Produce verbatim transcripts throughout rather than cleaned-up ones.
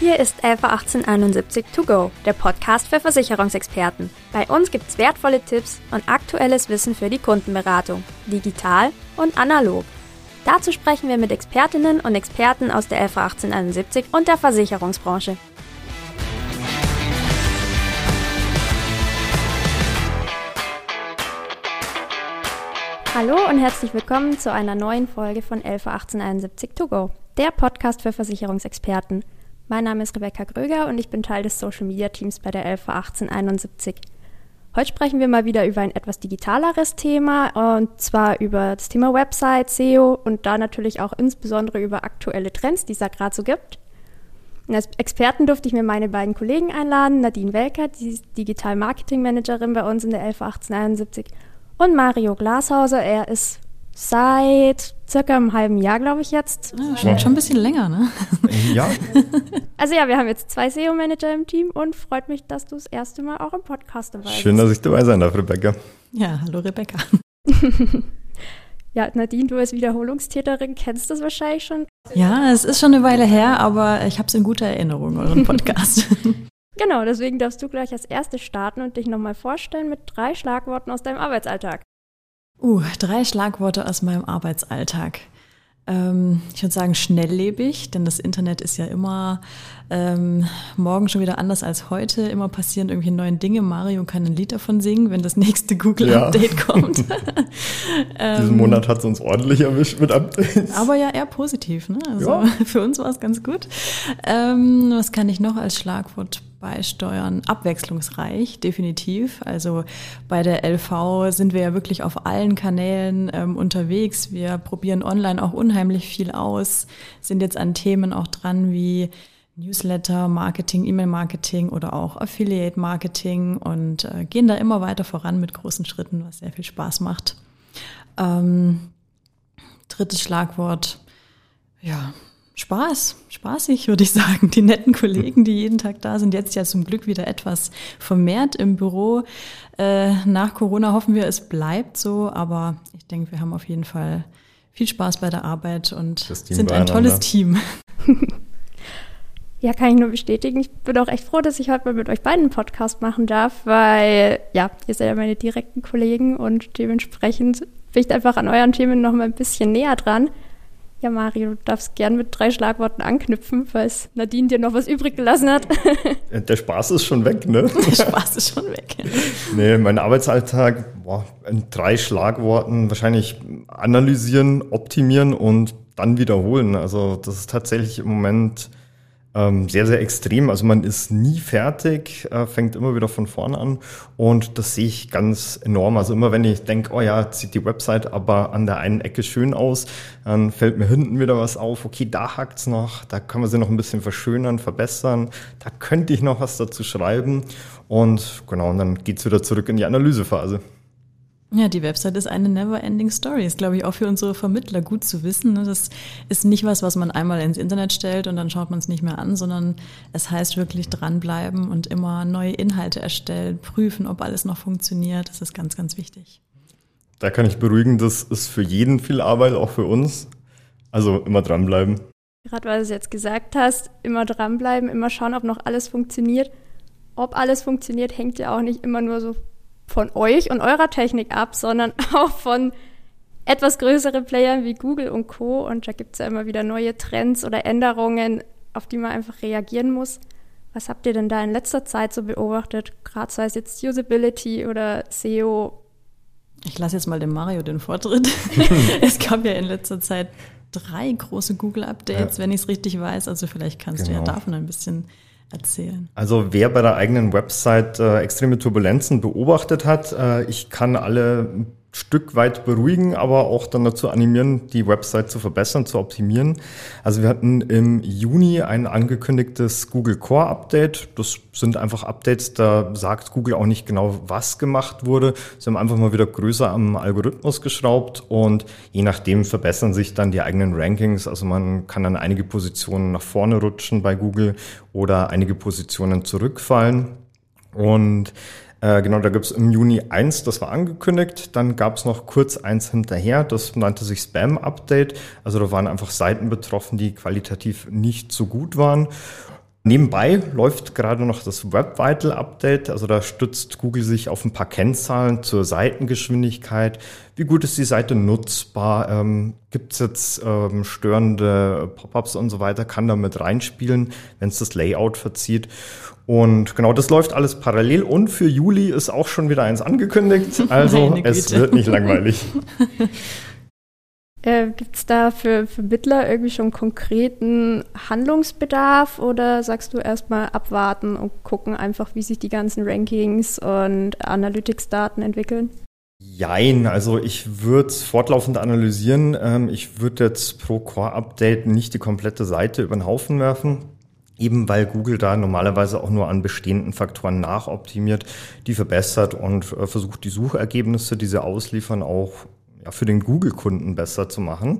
Hier ist L V achtzehnhunderteinundsiebzig To Go, der Podcast für Versicherungsexperten. Bei uns gibt's wertvolle Tipps und aktuelles Wissen für die Kundenberatung, digital und analog. Dazu sprechen wir mit Expertinnen und Experten aus der L V achtzehnhunderteinundsiebzig und der Versicherungsbranche. Hallo und herzlich willkommen zu einer neuen Folge von L V achtzehnhunderteinundsiebzig To Go, der Podcast für Versicherungsexperten. Mein Name ist Rebecca Gröger und ich bin Teil des Social-Media-Teams bei der L V achtzehnhunderteinundsiebzig. Heute sprechen wir mal wieder über ein etwas digitaleres Thema, und zwar über das Thema Website, S E O und da natürlich auch insbesondere über aktuelle Trends, die es da gerade so gibt. Und als Experten durfte ich mir meine beiden Kollegen einladen, Nadine Welker, die ist Digital-Marketing-Managerin bei uns in der L V achtzehnhunderteinundsiebzig, und Mario Glashauser. Er ist seit circa einem halben Jahr, glaube ich, jetzt. Ja, schon, schon ein bisschen länger, ne? Ja. Also ja, wir haben jetzt zwei S E O-Manager im Team und freut mich, dass du das erste Mal auch im Podcast dabei bist. Schön, dass ich dabei sein darf, Rebecca. Ja, hallo Rebecca. Ja, Nadine, du als Wiederholungstäterin kennst das wahrscheinlich schon. Ja, es ist schon eine Weile her, aber ich habe es in guter Erinnerung, euren Podcast. Genau, deswegen darfst du gleich als Erste starten und dich nochmal vorstellen mit drei Schlagworten aus deinem Arbeitsalltag. Uh, drei Schlagworte aus meinem Arbeitsalltag. Ähm, ich würde sagen schnelllebig, denn das Internet ist ja immer ähm, morgen schon wieder anders als heute. Immer passieren irgendwelche neuen Dinge. Mario kann ein Lied davon singen, wenn das nächste Google-Update ja. kommt. ähm, Diesen Monat hat es uns ordentlich erwischt mit Updates. Aber ja, eher positiv. Ne? Also ja. Für uns war es ganz gut. Ähm, was kann ich noch als Schlagwort beisteuern? Abwechslungsreich, definitiv. Also bei der L V sind wir ja wirklich auf allen Kanälen ähm, unterwegs. Wir probieren online auch unheimlich viel aus, sind jetzt an Themen auch dran wie Newsletter, Marketing, E-Mail-Marketing oder auch Affiliate-Marketing und äh, gehen da immer weiter voran mit großen Schritten, was sehr viel Spaß macht. Ähm, drittes Schlagwort, ja, Spaß, spaßig würde ich sagen. Die netten Kollegen, die jeden Tag da sind, jetzt ja zum Glück wieder etwas vermehrt im Büro. Äh, nach Corona hoffen wir, es bleibt so, aber ich denke, wir haben auf jeden Fall viel Spaß bei der Arbeit und sind ein tolles Team. Ja, kann ich nur bestätigen. Ich bin auch echt froh, dass ich heute mal mit euch beiden einen Podcast machen darf, weil, ja, ihr seid ja meine direkten Kollegen und dementsprechend bin ich einfach an euren Themen noch mal ein bisschen näher dran. Ja, Mario, du darfst gern mit drei Schlagworten anknüpfen, falls Nadine dir noch was übrig gelassen hat. Der Spaß ist schon weg, ne? Der Spaß ist schon weg. Nee, mein Arbeitsalltag, boah, in drei Schlagworten wahrscheinlich analysieren, optimieren und dann wiederholen. Also das ist tatsächlich im Moment ähm, sehr, sehr extrem. Also man ist nie fertig, äh, fängt immer wieder von vorne an und das sehe ich ganz enorm. Also immer wenn ich denke, oh ja, jetzt sieht die Website aber an der einen Ecke schön aus, dann fällt mir hinten wieder was auf. Okay, da hakt's noch, da kann man sie noch ein bisschen verschönern, verbessern, da könnte ich noch was dazu schreiben und genau, und dann geht's wieder zurück in die Analysephase. Ja, die Website ist eine never-ending Story. Ist, glaube ich, auch für unsere Vermittler gut zu wissen. Das ist nicht was, was man einmal ins Internet stellt und dann schaut man es nicht mehr an, sondern es heißt wirklich dranbleiben und immer neue Inhalte erstellen, prüfen, ob alles noch funktioniert. Das ist ganz, ganz wichtig. Da kann ich beruhigen, das ist für jeden viel Arbeit, auch für uns. Also immer dranbleiben. Gerade weil du es jetzt gesagt hast, immer dranbleiben, immer schauen, ob noch alles funktioniert. Ob alles funktioniert, hängt ja auch nicht immer nur so von euch und eurer Technik ab, sondern auch von etwas größeren Playern wie Google und Co. Und da gibt es ja immer wieder neue Trends oder Änderungen, auf die man einfach reagieren muss. Was habt ihr denn da in letzter Zeit so beobachtet? Gerade sei es jetzt Usability oder S E O? Ich lasse jetzt mal dem Mario den Vortritt. Es gab ja in letzter Zeit drei große Google-Updates, ja. Wenn ich es richtig weiß. Also vielleicht kannst genau. du ja davon ein bisschen erzählen. Also wer bei der eigenen Website äh, extreme Turbulenzen beobachtet hat, äh, ich kann alle ein Stück weit beruhigen, aber auch dann dazu animieren, die Website zu verbessern, zu optimieren. Also wir hatten im Juni ein angekündigtes Google Core Update. Das sind einfach Updates, da sagt Google auch nicht genau, was gemacht wurde. Sie haben einfach mal wieder größer am Algorithmus geschraubt und je nachdem verbessern sich dann die eigenen Rankings. Also man kann dann einige Positionen nach vorne rutschen bei Google oder einige Positionen zurückfallen. Und Äh, genau, da gibt es im Juni eins, das war angekündigt. Dann gab es noch kurz eins hinterher, das nannte sich Spam-Update. Also da waren einfach Seiten betroffen, die qualitativ nicht so gut waren. Nebenbei läuft gerade noch das Web Vital Update, also da stützt Google sich auf ein paar Kennzahlen zur Seitengeschwindigkeit. Wie gut ist die Seite nutzbar? Ähm, Gibt es jetzt ähm, störende Pop-ups und so weiter? Kann da mit reinspielen, wenn es das Layout verzieht. Und genau, das läuft alles parallel. Und für Juli ist auch schon wieder eins angekündigt. Also es wird nicht langweilig. Äh, Gibt es da für Vermittler irgendwie schon konkreten Handlungsbedarf oder sagst du erstmal abwarten und gucken einfach, wie sich die ganzen Rankings und Analytics-Daten entwickeln? Jein, also ich würde es fortlaufend analysieren. Ähm, ich würde jetzt pro Core-Update nicht die komplette Seite über den Haufen werfen. Eben weil Google da normalerweise auch nur an bestehenden Faktoren nachoptimiert, die verbessert und äh, versucht, die Suchergebnisse, die sie ausliefern, auch ja, für den Google-Kunden besser zu machen.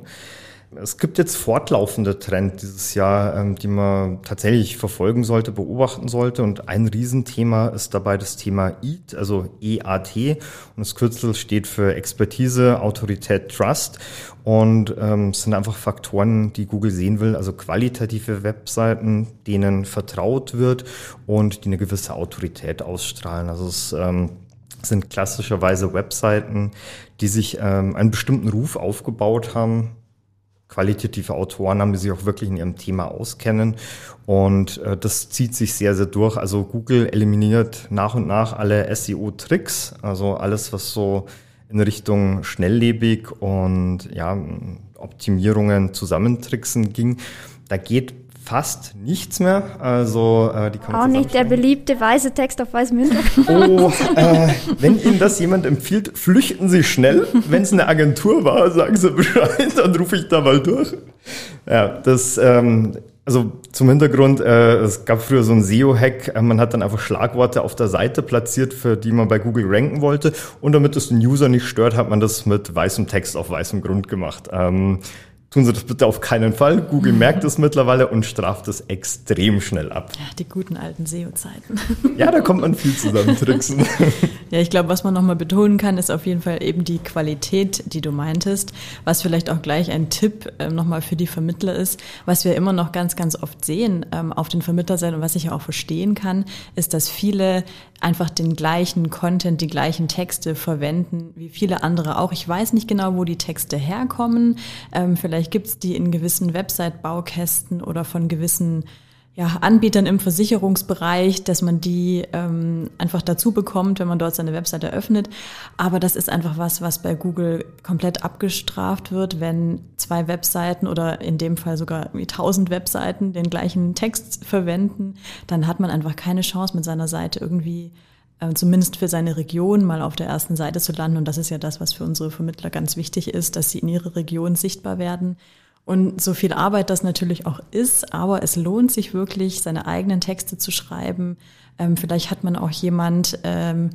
Es gibt jetzt fortlaufende Trends dieses Jahr, ähm, die man tatsächlich verfolgen sollte, beobachten sollte. Und ein Riesenthema ist dabei das Thema E A T, also E A T. Und das Kürzel steht für Expertise, Autorität, Trust. Und ähm, es sind einfach Faktoren, die Google sehen will, also qualitative Webseiten, denen vertraut wird und die eine gewisse Autorität ausstrahlen. Also es ähm, sind klassischerweise Webseiten, die sich ähm, einen bestimmten Ruf aufgebaut haben. Qualitative Autoren haben, die sich auch wirklich in ihrem Thema auskennen. Und äh, das zieht sich sehr, sehr durch. Also Google eliminiert nach und nach alle S E O-Tricks, also alles, was so in Richtung schnelllebig und ja, Optimierungen zusammentricksen ging. Da geht fast nichts mehr. Also äh, die kann man auch nicht der beliebte weiße Text auf weißem Hintergrund. Oh, äh, wenn Ihnen das jemand empfiehlt, flüchten Sie schnell. Wenn es eine Agentur war, sagen Sie Bescheid, dann rufe ich da mal durch. Ja, das, ähm, also zum Hintergrund, äh, es gab früher so einen S E O-Hack, äh, man hat dann einfach Schlagworte auf der Seite platziert, für die man bei Google ranken wollte. Und damit es den User nicht stört, hat man das mit weißem Text auf weißem Grund gemacht. Ähm, Tun Sie das bitte auf keinen Fall. Google merkt es mittlerweile und straft es extrem schnell ab. Ja, die guten alten S E O-Zeiten. Ja, da kommt man viel zusammentricksen. Ja, ich glaube, was man nochmal betonen kann, ist auf jeden Fall eben die Qualität, die du meintest. Was vielleicht auch gleich ein Tipp ähm, nochmal für die Vermittler ist, was wir immer noch ganz, ganz oft sehen ähm, auf den Vermittlerseiten und was ich auch verstehen kann, ist, dass viele einfach den gleichen Content, die gleichen Texte verwenden wie viele andere auch. Ich weiß nicht genau, wo die Texte herkommen. Ähm, vielleicht gibt es die in gewissen Website-Baukästen oder von gewissen ja, Anbietern im Versicherungsbereich, dass man die ähm, einfach dazu bekommt, wenn man dort seine Website eröffnet. Aber das ist einfach was, was bei Google komplett abgestraft wird, wenn zwei Webseiten oder in dem Fall sogar tausend Webseiten den gleichen Text verwenden, dann hat man einfach keine Chance, mit seiner Seite irgendwie äh, zumindest für seine Region mal auf der ersten Seite zu landen. Und das ist ja das, was für unsere Vermittler ganz wichtig ist, dass sie in ihrer Region sichtbar werden. Und so viel Arbeit das natürlich auch ist, aber es lohnt sich wirklich, seine eigenen Texte zu schreiben. Ähm, vielleicht hat man auch jemand ähm,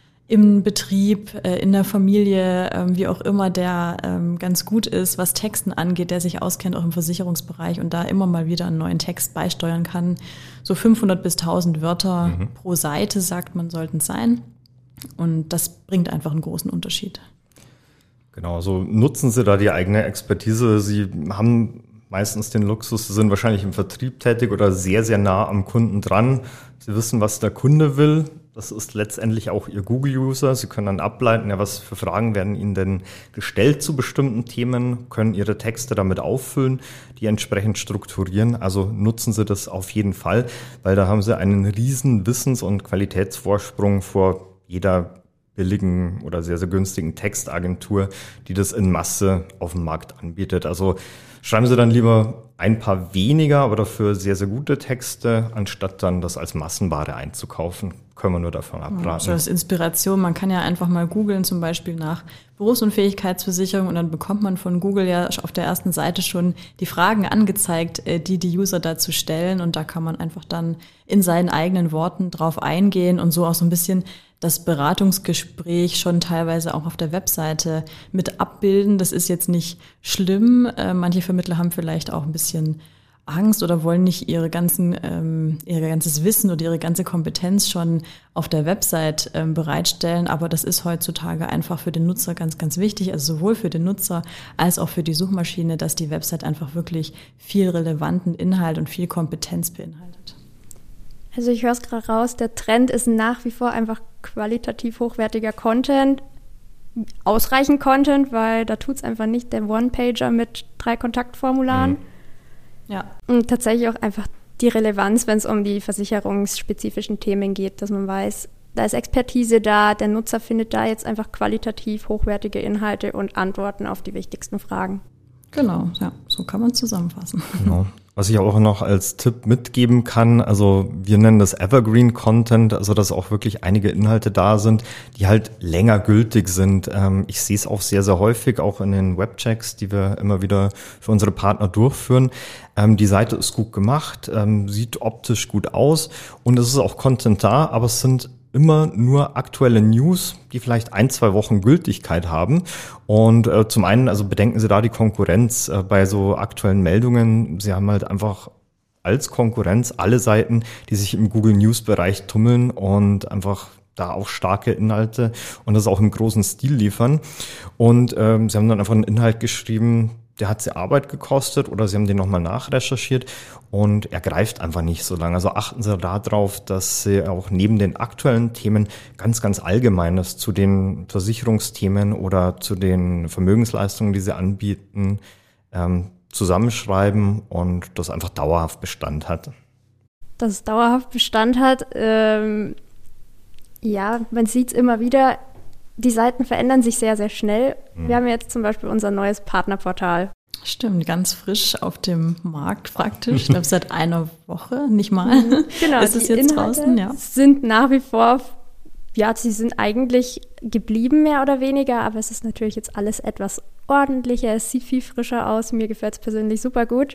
im Betrieb, äh, in der Familie, ähm, wie auch immer, der ähm, ganz gut ist, was Texten angeht, der sich auskennt, auch im Versicherungsbereich und da immer mal wieder einen neuen Text beisteuern kann. So fünfhundert bis tausend Wörter mhm. pro Seite, sagt man, sollten es sein. Und das bringt einfach einen großen Unterschied. Genau, so nutzen Sie da die eigene Expertise. Sie haben meistens den Luxus, Sie sind wahrscheinlich im Vertrieb tätig oder sehr, sehr nah am Kunden dran. Sie wissen, was der Kunde will. Das ist letztendlich auch Ihr Google-User. Sie können dann ableiten, ja, was für Fragen werden Ihnen denn gestellt zu bestimmten Themen, können Ihre Texte damit auffüllen, die entsprechend strukturieren. Also nutzen Sie das auf jeden Fall, weil da haben Sie einen riesen Wissens- und Qualitätsvorsprung vor jeder billigen oder sehr, sehr günstigen Textagentur, die das in Masse auf dem Markt anbietet. Also schreiben Sie dann lieber ein paar weniger, aber dafür sehr, sehr gute Texte, anstatt dann das als Massenware einzukaufen. Können wir nur davon abraten. So als Inspiration, man kann ja einfach mal googeln, zum Beispiel nach Berufsunfähigkeitsversicherung und dann bekommt man von Google ja auf der ersten Seite schon die Fragen angezeigt, die die User dazu stellen und da kann man einfach dann in seinen eigenen Worten drauf eingehen und so auch so ein bisschen das Beratungsgespräch schon teilweise auch auf der Webseite mit abbilden. Das ist jetzt nicht schlimm. Äh, manche Vermittler haben vielleicht auch ein bisschen Angst oder wollen nicht ihre ganzen, ähm, ihr ganzes Wissen oder ihre ganze Kompetenz schon auf der Website ähm, bereitstellen. Aber das ist heutzutage einfach für den Nutzer ganz, ganz wichtig. Also sowohl für den Nutzer als auch für die Suchmaschine, dass die Website einfach wirklich viel relevanten Inhalt und viel Kompetenz beinhaltet. Also ich höre es gerade raus, der Trend ist nach wie vor einfach qualitativ hochwertiger Content, ausreichend Content, weil da tut es einfach nicht der One-Pager mit drei Kontaktformularen. Mhm. Ja. Und tatsächlich auch einfach die Relevanz, wenn es um die versicherungsspezifischen Themen geht, dass man weiß, da ist Expertise da, der Nutzer findet da jetzt einfach qualitativ hochwertige Inhalte und Antworten auf die wichtigsten Fragen. Genau, ja, so kann man zusammenfassen. Genau. Was ich auch noch als Tipp mitgeben kann, also wir nennen das Evergreen Content, also dass auch wirklich einige Inhalte da sind, die halt länger gültig sind. Ich sehe es auch sehr, sehr häufig, auch in den Webchecks, die wir immer wieder für unsere Partner durchführen. Die Seite ist gut gemacht, sieht optisch gut aus und es ist auch Content da, aber es sind immer nur aktuelle News, die vielleicht ein, zwei Wochen Gültigkeit haben. Und äh, zum einen, also bedenken Sie da die Konkurrenz äh, bei so aktuellen Meldungen. Sie haben halt einfach als Konkurrenz alle Seiten, die sich im Google News Bereich tummeln und einfach da auch starke Inhalte und das auch im großen Stil liefern. Und ähm, Sie haben dann einfach einen Inhalt geschrieben, der hat sie Arbeit gekostet oder Sie haben den nochmal nachrecherchiert und er greift einfach nicht so lange. Also achten Sie darauf, dass Sie auch neben den aktuellen Themen ganz, ganz Allgemeines zu den Versicherungsthemen oder zu den Vermögensleistungen, die Sie anbieten, ähm, zusammenschreiben und das einfach dauerhaft Bestand hat. Dass es dauerhaft Bestand hat, ähm, ja, man sieht es immer wieder. Die Seiten verändern sich sehr, sehr schnell. Mhm. Wir haben jetzt zum Beispiel unser neues Partnerportal. Stimmt, ganz frisch auf dem Markt praktisch. Ich glaube, seit einer Woche, nicht mal. Genau, ist es jetzt Inhalte draußen, ja. Sind nach wie vor, ja, sie sind eigentlich geblieben, mehr oder weniger, aber es ist natürlich jetzt alles etwas ordentlicher. Es sieht viel frischer aus. Mir gefällt es persönlich super gut.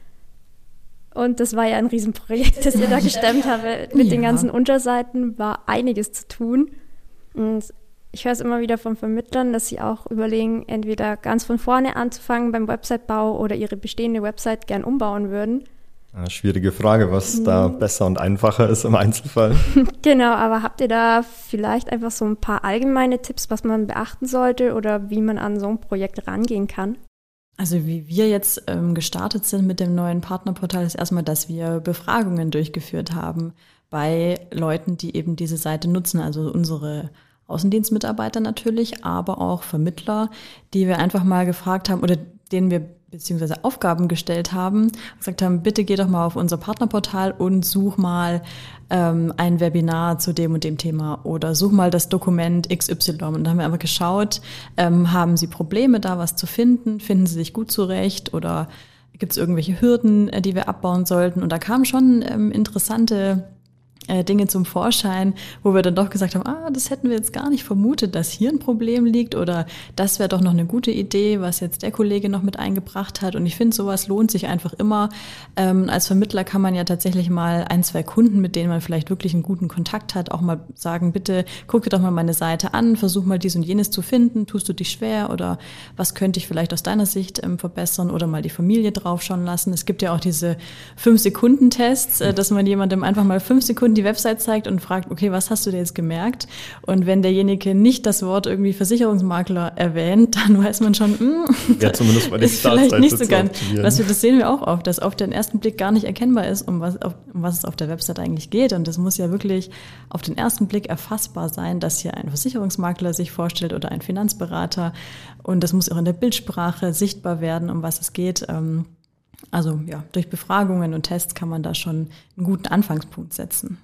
Und das war ja ein Riesenprojekt, das ihr da gestemmt habt. Mit ja. den ganzen Unterseiten war einiges zu tun. Und ich höre es immer wieder von Vermittlern, dass sie auch überlegen, entweder ganz von vorne anzufangen beim Website-Bau oder ihre bestehende Website gern umbauen würden. Ja, schwierige Frage, was mhm. da besser und einfacher ist im Einzelfall. Genau, aber habt ihr da vielleicht einfach so ein paar allgemeine Tipps, was man beachten sollte oder wie man an so ein Projekt rangehen kann? Also wie wir jetzt ähm, gestartet sind mit dem neuen Partnerportal, ist erstmal, dass wir Befragungen durchgeführt haben bei Leuten, die eben diese Seite nutzen, also unsere Außendienstmitarbeiter natürlich, aber auch Vermittler, die wir einfach mal gefragt haben oder denen wir beziehungsweise Aufgaben gestellt haben, gesagt haben, bitte geh doch mal auf unser Partnerportal und such mal ähm, ein Webinar zu dem und dem Thema oder such mal das Dokument X Y. Und da haben wir einfach geschaut, ähm, haben Sie Probleme da was zu finden, finden Sie sich gut zurecht oder gibt es irgendwelche Hürden, äh, die wir abbauen sollten? Und da kamen schon ähm, interessante Dinge zum Vorschein, wo wir dann doch gesagt haben, ah, das hätten wir jetzt gar nicht vermutet, dass hier ein Problem liegt oder das wäre doch noch eine gute Idee, was jetzt der Kollege noch mit eingebracht hat. Und ich finde, sowas lohnt sich einfach immer. Ähm, als Vermittler kann man ja tatsächlich mal ein, zwei Kunden, mit denen man vielleicht wirklich einen guten Kontakt hat, auch mal sagen, bitte guck dir doch mal meine Seite an, versuch mal dies und jenes zu finden, tust du dich schwer oder was könnte ich vielleicht aus deiner Sicht ähm, verbessern oder mal die Familie draufschauen lassen. Es gibt ja auch diese fünf-Sekunden-Tests, äh, dass man jemandem einfach mal fünf Sekunden die Website zeigt und fragt, okay, was hast du dir jetzt gemerkt? Und wenn derjenige nicht das Wort irgendwie Versicherungsmakler erwähnt, dann weiß man schon, mh, ja, zumindest mal die ist vielleicht nicht so ganz. Was wir, das sehen wir auch oft, dass auf den ersten Blick gar nicht erkennbar ist, um was, auf, um was es auf der Website eigentlich geht. Und das muss ja wirklich auf den ersten Blick erfassbar sein, dass hier ein Versicherungsmakler sich vorstellt oder ein Finanzberater. Und das muss auch in der Bildsprache sichtbar werden, um was es geht. Also ja, durch Befragungen und Tests kann man da schon einen guten Anfangspunkt setzen.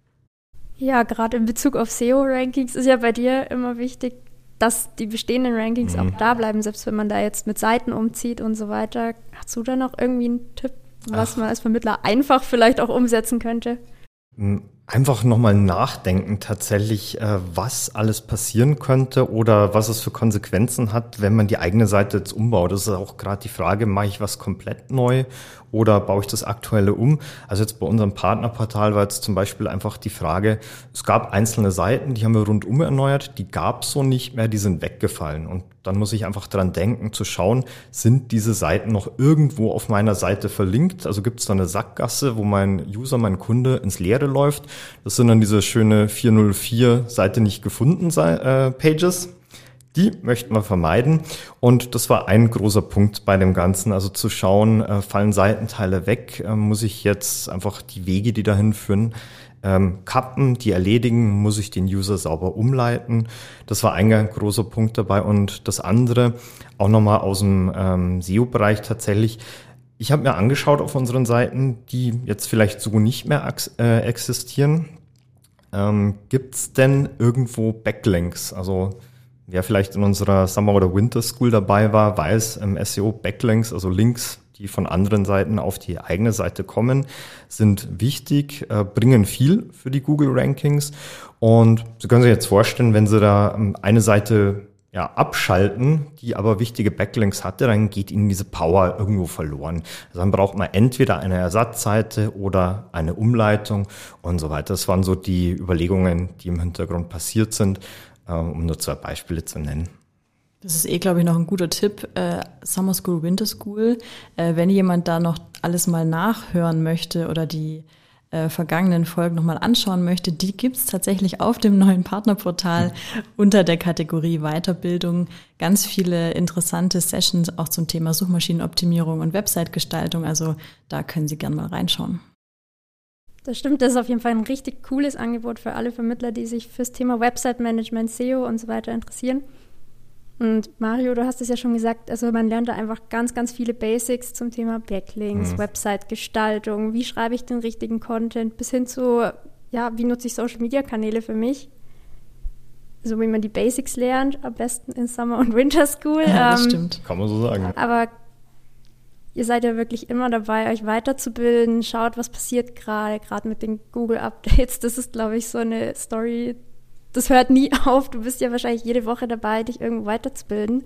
Ja, gerade in Bezug auf S E O-Rankings ist ja bei dir immer wichtig, dass die bestehenden Rankings mhm. auch da bleiben, selbst wenn man da jetzt mit Seiten umzieht und so weiter. Hast du da noch irgendwie einen Tipp, was Ach. man als Vermittler einfach vielleicht auch umsetzen könnte? Einfach nochmal nachdenken tatsächlich, was alles passieren könnte oder was es für Konsequenzen hat, wenn man die eigene Seite jetzt umbaut. Das ist auch gerade die Frage, mache ich was komplett neu oder baue ich das Aktuelle um? Also jetzt bei unserem Partnerportal war jetzt zum Beispiel einfach die Frage, es gab einzelne Seiten, die haben wir rundum erneuert, die gab es so nicht mehr, die sind weggefallen. Und dann muss ich einfach dran denken, zu schauen, sind diese Seiten noch irgendwo auf meiner Seite verlinkt? Also gibt es da eine Sackgasse, wo mein User, mein Kunde ins Leere läuft? Das sind dann diese schöne vier null vier Seite nicht gefunden äh, Pages. Die möchten wir vermeiden. Und das war ein großer Punkt bei dem Ganzen. Also zu schauen, äh, fallen Seitenteile weg, äh, muss ich jetzt einfach die Wege, die dahin führen, ähm, kappen, die erledigen, muss ich den User sauber umleiten. Das war ein großer Punkt dabei. Und das andere, auch nochmal aus dem ähm, S E O-Bereich tatsächlich, ich habe mir angeschaut auf unseren Seiten, die jetzt vielleicht so nicht mehr äh, existieren. Ähm, Gibt es denn irgendwo Backlinks? Also wer vielleicht in unserer Summer oder Winter School dabei war, weiß, im S E O Backlinks, also Links, die von anderen Seiten auf die eigene Seite kommen, sind wichtig, äh, bringen viel für die Google Rankings. Und Sie können sich jetzt vorstellen, wenn Sie da ähm, eine Seite ja, abschalten, die aber wichtige Backlinks hatte, dann geht Ihnen diese Power irgendwo verloren. Also dann braucht man entweder eine Ersatzseite oder eine Umleitung und so weiter. Das waren so die Überlegungen, die im Hintergrund passiert sind, um nur zwei Beispiele zu nennen. Das ist eh, glaube ich, noch ein guter Tipp. Äh, Summer School, Winter School. Äh, wenn jemand da noch alles mal nachhören möchte oder die Äh, vergangenen Folgen nochmal anschauen möchte, die gibt's tatsächlich auf dem neuen Partnerportal unter der Kategorie Weiterbildung. Ganz viele interessante Sessions auch zum Thema Suchmaschinenoptimierung und Website-Gestaltung. Also da können Sie gerne mal reinschauen. Das stimmt, das ist auf jeden Fall ein richtig cooles Angebot für alle Vermittler, die sich fürs Thema Website-Management, S E O und so weiter interessieren. Und Mario, du hast es ja schon gesagt, also man lernt da einfach ganz, ganz viele Basics zum Thema Backlinks, mhm. Website-Gestaltung, wie schreibe ich den richtigen Content, bis hin zu, ja, wie nutze ich Social-Media-Kanäle für mich. So wie man die Basics lernt, am besten in Summer und Winter School. Ja, das ähm, stimmt. Kann man so sagen. Aber ihr seid ja wirklich immer dabei, euch weiterzubilden, schaut, was passiert gerade, gerade mit den Google-Updates. Das ist, glaube ich, so eine Story, das hört nie auf. Du bist ja wahrscheinlich jede Woche dabei, dich irgendwo weiterzubilden.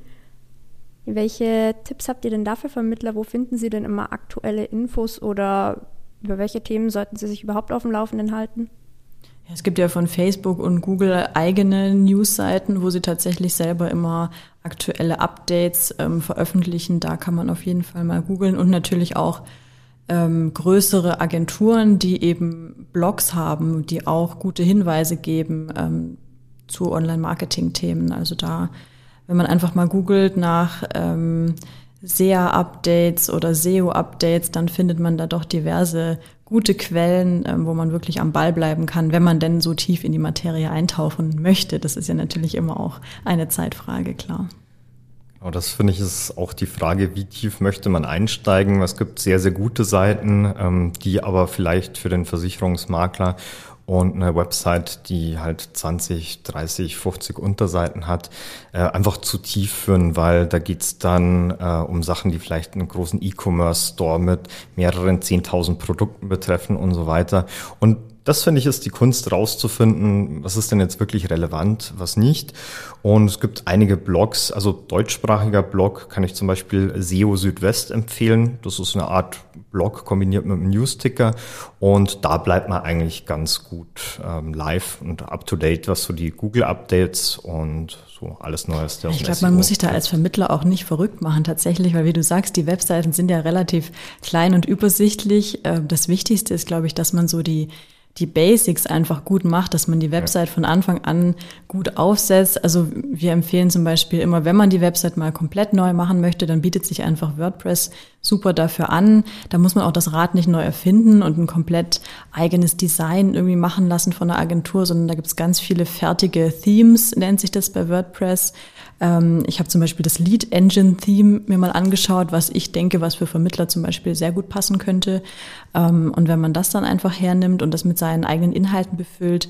Welche Tipps habt ihr denn dafür Vermittler? Wo finden Sie denn immer aktuelle Infos oder über welche Themen sollten Sie sich überhaupt auf dem Laufenden halten? Ja, es gibt ja von Facebook und Google eigene Newsseiten, wo sie tatsächlich selber immer aktuelle Updates ähm, veröffentlichen. Da kann man auf jeden Fall mal googeln und natürlich auch Ähm, größere Agenturen, die eben Blogs haben, die auch gute Hinweise geben ähm, zu Online-Marketing-Themen. Also da, wenn man einfach mal googelt nach ähm, S E A-Updates oder S E O-Updates, dann findet man da doch diverse gute Quellen, ähm, wo man wirklich am Ball bleiben kann, wenn man denn so tief in die Materie eintauchen möchte. Das ist ja natürlich immer auch eine Zeitfrage, klar. Aber das finde ich ist auch die Frage, wie tief möchte man einsteigen. Es gibt sehr, sehr gute Seiten, ähm, die aber vielleicht für den Versicherungsmakler und eine Website, die halt zwanzig, dreißig, fünfzig Unterseiten hat, äh, einfach zu tief führen, weil da geht's dann äh, um Sachen, die vielleicht einen großen E-Commerce-Store mit mehreren zehntausend Produkten betreffen und so weiter. Und das, finde ich, ist die Kunst rauszufinden, was ist denn jetzt wirklich relevant, was nicht. Und es gibt einige Blogs, also deutschsprachiger Blog kann ich zum Beispiel S E O Südwest empfehlen. Das ist eine Art Blog kombiniert mit einem Newsticker und da bleibt man eigentlich ganz gut ähm, live und up-to-date, was so die Google-Updates und so alles Neueste aus dem Ich glaube, man muss sich da als Vermittler auch nicht verrückt machen tatsächlich, weil wie du sagst, die Webseiten sind ja relativ klein und übersichtlich. Das Wichtigste ist, glaube ich, dass man so die die Basics einfach gut macht, dass man die Website von Anfang an gut aufsetzt. Also wir empfehlen zum Beispiel immer, wenn man die Website mal komplett neu machen möchte, dann bietet sich einfach WordPress super dafür an. Da muss man auch das Rad nicht neu erfinden und ein komplett eigenes Design irgendwie machen lassen von einer Agentur, sondern da gibt es ganz viele fertige Themes, nennt sich das bei WordPress. Ich habe zum Beispiel das Lead Engine Theme mir mal angeschaut, was ich denke, was für Vermittler zum Beispiel sehr gut passen könnte. Und wenn man das dann einfach hernimmt und das mit seinen eigenen Inhalten befüllt,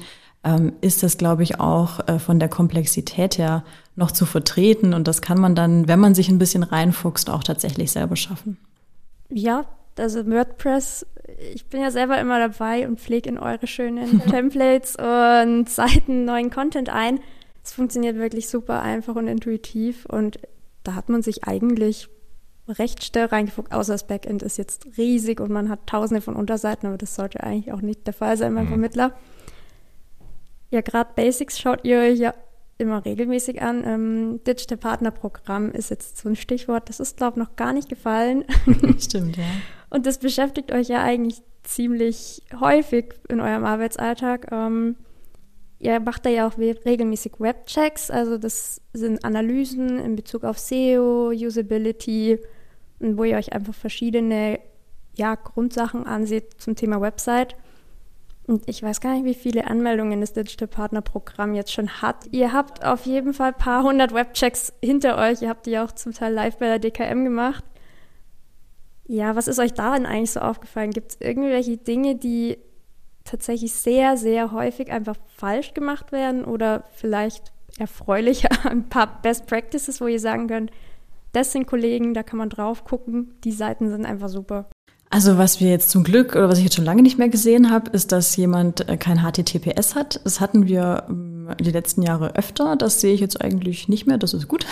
ist das, glaube ich, auch von der Komplexität her noch zu vertreten. Und das kann man dann, wenn man sich ein bisschen reinfuchst, auch tatsächlich selber schaffen. Ja, also WordPress, ich bin ja selber immer dabei und pflege in eure schönen Templates und Seiten neuen Content ein. Es funktioniert wirklich super einfach und intuitiv und da hat man sich eigentlich recht schnell reingefuckt, außer das Backend ist jetzt riesig und man hat tausende von Unterseiten, aber das sollte eigentlich auch nicht der Fall sein beim mhm. Vermittler. Ja, gerade Basics schaut ihr euch ja immer regelmäßig an. Ähm, Digital Partner Programm ist jetzt so ein Stichwort, das ist, glaube ich, noch gar nicht gefallen. Stimmt, ja. Und das beschäftigt euch ja eigentlich ziemlich häufig in eurem Arbeitsalltag. Ähm, Ihr macht da ja auch regelmäßig Webchecks, also das sind Analysen in Bezug auf S E O, Usability, wo ihr euch einfach verschiedene ja, Grundsachen anseht zum Thema Website. Und ich weiß gar nicht, wie viele Anmeldungen das Digital Partner Programm jetzt schon hat. Ihr habt auf jeden Fall ein paar hundert Webchecks hinter euch. Ihr habt die auch zum Teil live bei der D K M gemacht. Ja, was ist euch daran eigentlich so aufgefallen? Gibt es irgendwelche Dinge, die tatsächlich sehr, sehr häufig einfach falsch gemacht werden oder vielleicht erfreulicher, ein paar Best Practices, wo ihr sagen könnt, das sind Kollegen, da kann man drauf gucken, die Seiten sind einfach super. Also was wir jetzt zum Glück oder was ich jetzt schon lange nicht mehr gesehen habe, ist, dass jemand kein H T T P S hat. Das hatten wir die letzten Jahre öfter, das sehe ich jetzt eigentlich nicht mehr, das ist gut.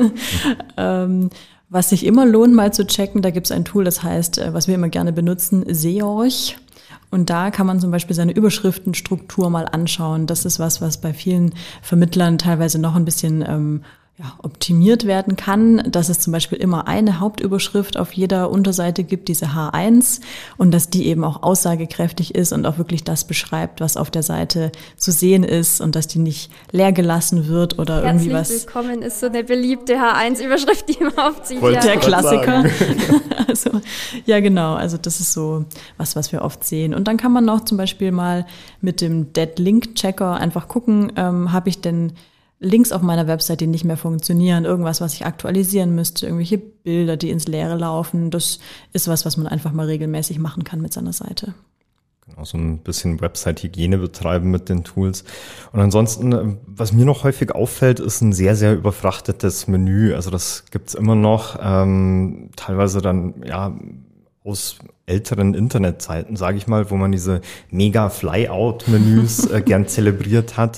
ähm, was sich immer lohnt, mal zu checken, da gibt es ein Tool, das heißt, was wir immer gerne benutzen, Seorch. Und da kann man zum Beispiel seine Überschriftenstruktur mal anschauen. Das ist was, was bei vielen Vermittlern teilweise noch ein bisschen ähm, ja, optimiert werden kann, dass es zum Beispiel immer eine Hauptüberschrift auf jeder Unterseite gibt, diese H eins, und dass die eben auch aussagekräftig ist und auch wirklich das beschreibt, was auf der Seite zu sehen ist und dass die nicht leer gelassen wird oder Herzlich irgendwie was. Herzlich willkommen ist so eine beliebte H eins Überschrift, die man aufzieht. Ja. Der Klassiker. also, ja, genau. Also das ist so was, was wir oft sehen. Und dann kann man noch zum Beispiel mal mit dem Dead Link Checker einfach gucken, ähm, habe ich denn Links auf meiner Website, die nicht mehr funktionieren, irgendwas, was ich aktualisieren müsste, irgendwelche Bilder, die ins Leere laufen. Das ist was, was man einfach mal regelmäßig machen kann mit seiner Seite. Genau, so ein bisschen Website-Hygiene betreiben mit den Tools. Und ansonsten, was mir noch häufig auffällt, ist ein sehr, sehr überfrachtetes Menü. Also das gibt's immer noch, ähm, teilweise dann, ja, aus älteren Internetzeiten, sage ich mal, wo man diese Mega-Flyout-Menüs äh, gern zelebriert hat.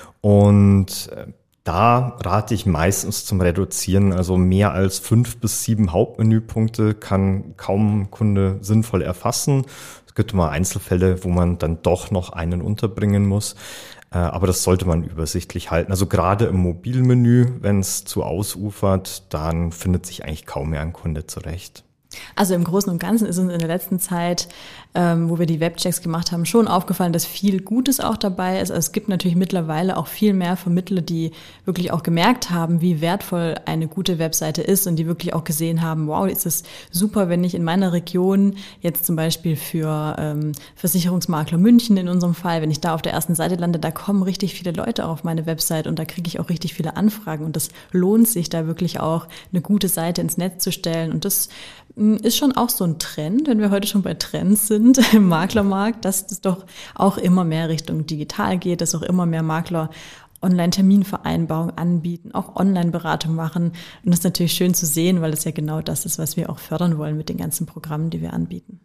Und da rate ich meistens zum Reduzieren. Also mehr als fünf bis sieben Hauptmenüpunkte kann kaum ein Kunde sinnvoll erfassen. Es gibt immer Einzelfälle, wo man dann doch noch einen unterbringen muss. Aber das sollte man übersichtlich halten. Also gerade im Mobilmenü, wenn es zu ausufert, dann findet sich eigentlich kaum mehr ein Kunde zurecht. Also im Großen und Ganzen ist uns in der letzten Zeit, ähm, wo wir die Webchecks gemacht haben, schon aufgefallen, dass viel Gutes auch dabei ist. Also es gibt natürlich mittlerweile auch viel mehr Vermittler, die wirklich auch gemerkt haben, wie wertvoll eine gute Webseite ist und die wirklich auch gesehen haben, wow, ist es super, wenn ich in meiner Region jetzt zum Beispiel für ähm, Versicherungsmakler München in unserem Fall, wenn ich da auf der ersten Seite lande, da kommen richtig viele Leute auf meine Website und da kriege ich auch richtig viele Anfragen und das lohnt sich da wirklich auch, eine gute Seite ins Netz zu stellen und das ist schon auch so ein Trend, wenn wir heute schon bei Trends sind im Maklermarkt, dass es doch auch immer mehr Richtung digital geht, dass auch immer mehr Makler Online-Terminvereinbarungen anbieten, auch Online-Beratung machen. Und das ist natürlich schön zu sehen, weil das ja genau das ist, was wir auch fördern wollen mit den ganzen Programmen, die wir anbieten.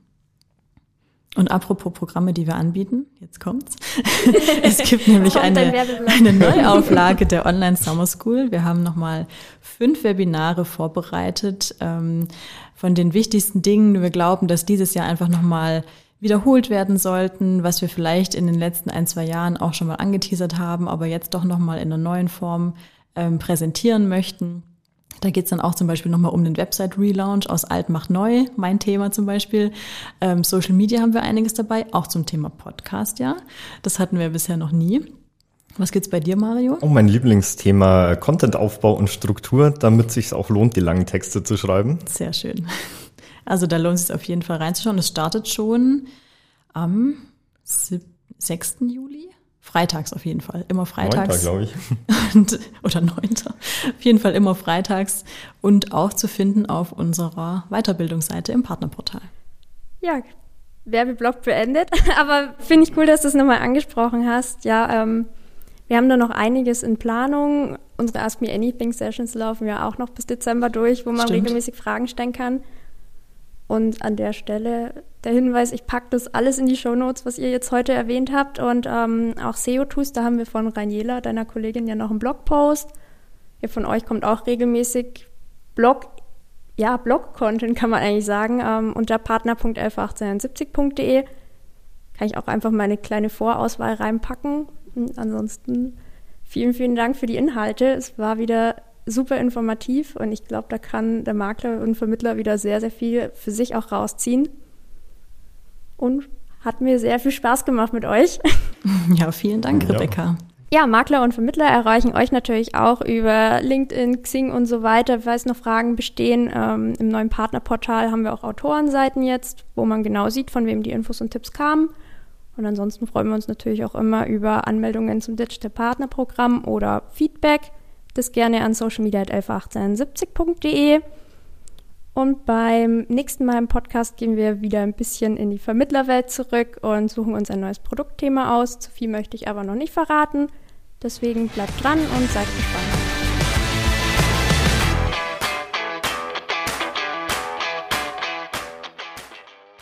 Und apropos Programme, die wir anbieten, jetzt kommt's. Es gibt nämlich eine, eine Neuauflage der Online Summer School. Wir haben nochmal fünf Webinare vorbereitet ähm, von den wichtigsten Dingen. Wir glauben, dass dieses Jahr einfach nochmal wiederholt werden sollten, was wir vielleicht in den letzten ein, zwei Jahren auch schon mal angeteasert haben, aber jetzt doch nochmal in einer neuen Form ähm, präsentieren möchten. Da geht's dann auch zum Beispiel nochmal um den Website-Relaunch aus Alt macht neu, mein Thema zum Beispiel. Ähm, Social Media haben wir einiges dabei, auch zum Thema Podcast, ja. Das hatten wir bisher noch nie. Was gibt's bei dir, Mario? Oh, mein Lieblingsthema Content-Aufbau und Struktur, damit es sich auch lohnt, die langen Texte zu schreiben. Sehr schön. Also da lohnt es sich auf jeden Fall reinzuschauen. Es startet schon am sechsten Juli. Freitags auf jeden Fall, immer freitags. Neunter, glaube ich. Und, oder neunter. Auf jeden Fall immer freitags und auch zu finden auf unserer Weiterbildungsseite im Partnerportal. Ja, Werbeblock beendet. Aber finde ich cool, dass du es nochmal angesprochen hast. Ja, ähm, wir haben da noch einiges in Planung. Unsere Ask Me Anything Sessions laufen ja auch noch bis Dezember durch, wo man Stimmt. regelmäßig Fragen stellen kann. Und an der Stelle der Hinweis, ich packe das alles in die Shownotes, was ihr jetzt heute erwähnt habt. Und ähm, auch S E O-Tools, da haben wir von Raniela, deiner Kollegin, ja noch einen Blogpost. Ja, von euch kommt auch regelmäßig Blog, ja, Blog-Content kann man eigentlich sagen, ähm, unter partner punkt elf achtzehn siebzig punkt de. Kann ich auch einfach meine kleine Vorauswahl reinpacken. Und ansonsten vielen, vielen Dank für die Inhalte. Es war wieder super informativ und ich glaube, da kann der Makler und Vermittler wieder sehr, sehr viel für sich auch rausziehen. Und hat mir sehr viel Spaß gemacht mit euch. Ja, vielen Dank, Rebecca. Ja, Makler und Vermittler erreichen euch natürlich auch über LinkedIn, Xing und so weiter. Falls noch Fragen bestehen, ähm, im neuen Partnerportal haben wir auch Autorenseiten jetzt, wo man genau sieht, von wem die Infos und Tipps kamen. Und ansonsten freuen wir uns natürlich auch immer über Anmeldungen zum Digital Partner Programm oder Feedback. Das gerne an socialmedia at elf achtzehnundsiebzig punkt de. Und beim nächsten Mal im Podcast gehen wir wieder ein bisschen in die Vermittlerwelt zurück und suchen uns ein neues Produktthema aus. Zu viel möchte ich aber noch nicht verraten. Deswegen bleibt dran und seid gespannt.